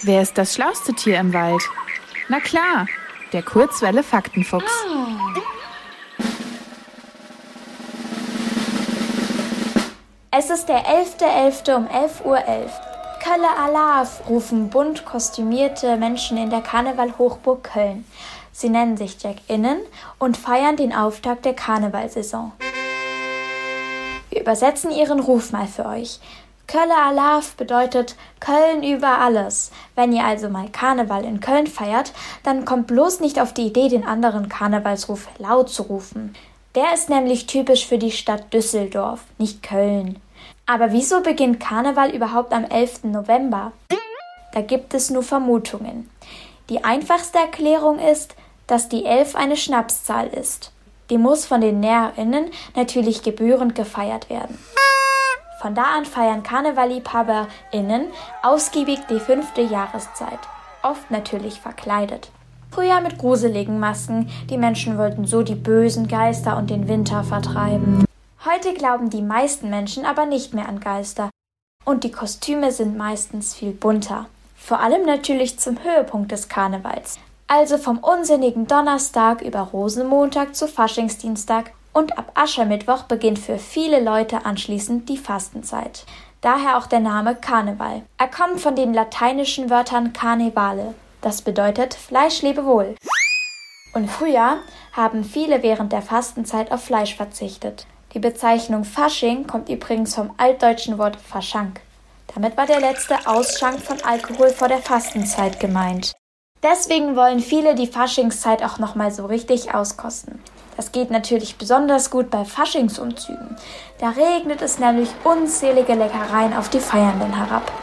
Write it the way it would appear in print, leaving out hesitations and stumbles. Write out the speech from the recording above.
Wer ist das schlauste Tier im Wald? Na klar, der Kurzwelle-Faktenfuchs. Es ist der 11.11. um 11:11 Uhr. Kölle Alaaf rufen bunt kostümierte Menschen in der Karneval-Hochburg Köln. Sie nennen sich JackInnen und feiern den Auftakt der Karnevalsaison. Wir übersetzen ihren Ruf mal für euch. Kölle Alaaf bedeutet Köln über alles. Wenn ihr also mal Karneval in Köln feiert, dann kommt bloß nicht auf die Idee, den anderen Karnevalsruf laut zu rufen. Der ist nämlich typisch für die Stadt Düsseldorf, nicht Köln. Aber wieso beginnt Karneval überhaupt am 11. November? Da gibt es nur Vermutungen. Die einfachste Erklärung ist, dass die 11 eine Schnapszahl ist. Die muss von den NäherInnen natürlich gebührend gefeiert werden. Von da an feiern KarnevalliebhaberInnen ausgiebig die 5. Jahreszeit, oft natürlich verkleidet. Früher mit gruseligen Masken, die Menschen wollten so die bösen Geister und den Winter vertreiben. Heute glauben die meisten Menschen aber nicht mehr an Geister und die Kostüme sind meistens viel bunter. Vor allem natürlich zum Höhepunkt des Karnevals, also vom unsinnigen Donnerstag über Rosenmontag zu Faschingsdienstag und ab Aschermittwoch beginnt für viele Leute anschließend die Fastenzeit. Daher auch der Name Karneval. Er kommt von den lateinischen Wörtern carnevale, das bedeutet Fleisch lebe wohl. Und früher haben viele während der Fastenzeit auf Fleisch verzichtet. Die Bezeichnung Fasching kommt übrigens vom altdeutschen Wort Faschank. Damit war der letzte Ausschank von Alkohol vor der Fastenzeit gemeint. Deswegen wollen viele die Faschingszeit auch nochmal so richtig auskosten. Das geht natürlich besonders gut bei Faschingsumzügen. Da regnet es nämlich unzählige Leckereien auf die Feiernden herab.